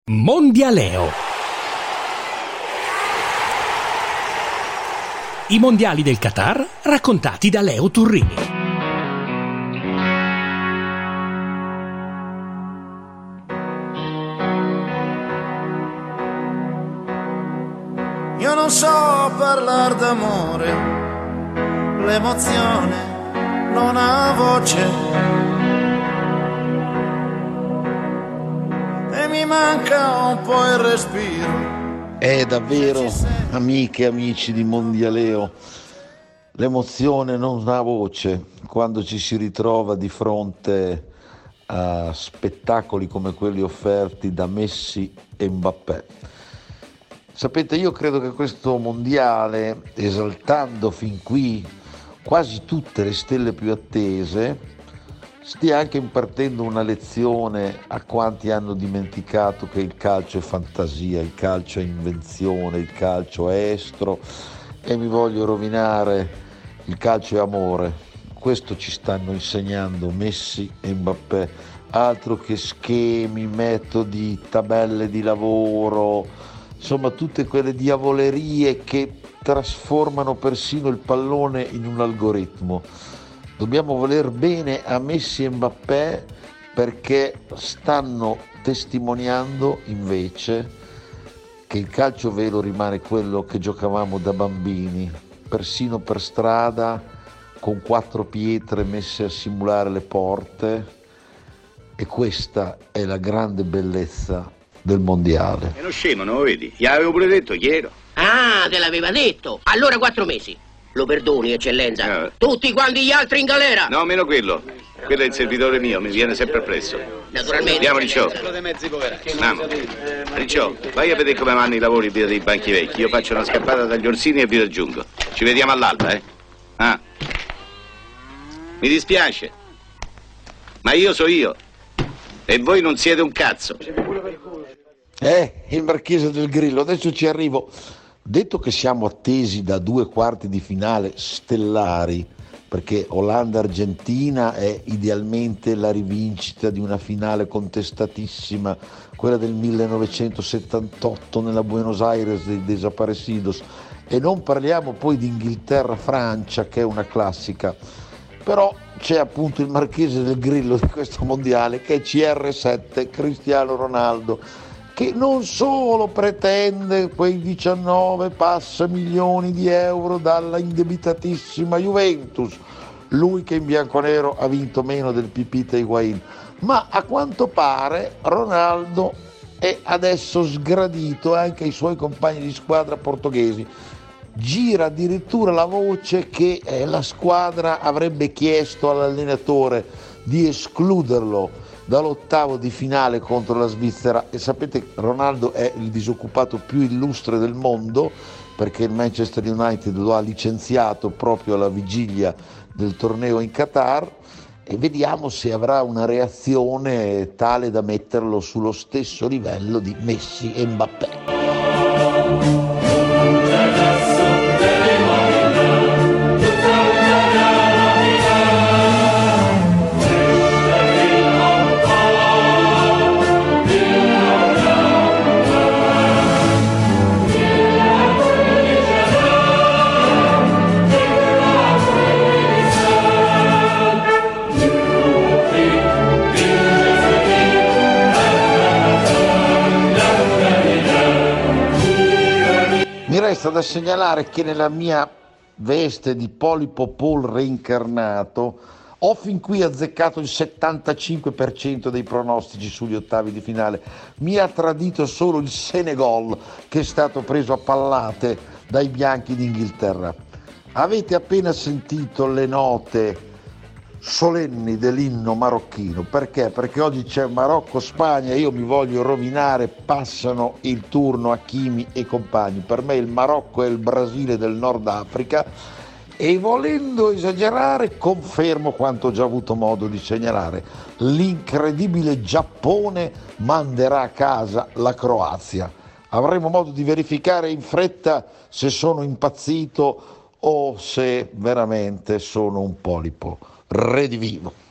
Mondialeo. I mondiali del Qatar raccontati da Leo Turrini. Io non so parlare d'amore, l'emozione non ha voce e mi manca un po' il respiro. È davvero, amiche e amici di Mondialeo, l'emozione non ha voce quando ci si ritrova di fronte a spettacoli come quelli offerti da Messi e Mbappé. Sapete, io credo che questo mondiale, esaltando fin qui quasi tutte le stelle più attese, stia anche impartendo una lezione a quanti hanno dimenticato che il calcio è fantasia, il calcio è invenzione, il calcio è estro e mi voglio rovinare, il calcio è amore. Questo ci stanno insegnando Messi e Mbappé, altro che schemi, metodi, tabelle di lavoro, insomma tutte quelle diavolerie che trasformano persino il pallone in un algoritmo. Dobbiamo voler bene a Messi e Mbappé perché stanno testimoniando invece che il calcio vero rimane quello che giocavamo da bambini, persino per strada con 4 pietre messe a simulare le porte, e questa è la grande bellezza del mondiale. È uno scemo, non lo vedi? Gli avevo pure detto chi ero. Ah, te l'aveva detto. Allora 4 mesi. Lo perdoni, eccellenza? Tutti quanti gli altri in galera. No, meno quello. Quello è il servitore mio, mi viene sempre appresso. Naturalmente. Andiamo, Ricciò. Andiamo. Ricciò, vai a vedere come vanno i lavori via dei banchi vecchi. Io faccio una scappata dagli orsini e vi raggiungo. Ci vediamo all'alba, eh? Ah. Mi dispiace, ma io so io. E voi non siete un cazzo. Il Marchese del Grillo, adesso ci arrivo. Detto che siamo attesi da 2 quarti di finale stellari, perché Olanda-Argentina è idealmente la rivincita di una finale contestatissima, quella del 1978 nella Buenos Aires dei Desaparecidos, e non parliamo poi di Inghilterra-Francia, che è una classica, però c'è appunto il Marchese del Grillo di questo mondiale, che è CR7, Cristiano Ronaldo, che non solo pretende quei 19 passa milioni di euro dalla indebitatissima Juventus, lui che in bianconero ha vinto meno del Pipita Higuain, ma a quanto pare Ronaldo è adesso sgradito anche ai suoi compagni di squadra portoghesi. Gira addirittura la voce che la squadra avrebbe chiesto all'allenatore di escluderlo dall'8avo di finale contro la Svizzera. E sapete, Ronaldo è il disoccupato più illustre del mondo, perché il Manchester United lo ha licenziato proprio alla vigilia del torneo in Qatar, e vediamo se avrà una reazione tale da metterlo sullo stesso livello di Messi e Mbappé. Mi resta da segnalare che nella mia veste di Polipo Paul reincarnato ho fin qui azzeccato il 75% dei pronostici sugli ottavi di finale. Mi ha tradito solo il Senegal, che è stato preso a pallate dai bianchi d'Inghilterra. Avete appena sentito le note solenni dell'inno marocchino. Perché? Perché oggi c'è Marocco-Spagna, io mi voglio rovinare, passano il turno Hakimi e compagni. Per me il Marocco è il Brasile del Nord Africa, e volendo esagerare confermo quanto ho già avuto modo di segnalare: l'incredibile Giappone manderà a casa la Croazia. Avremo modo di verificare in fretta se sono impazzito o se veramente sono un polipo redivivo.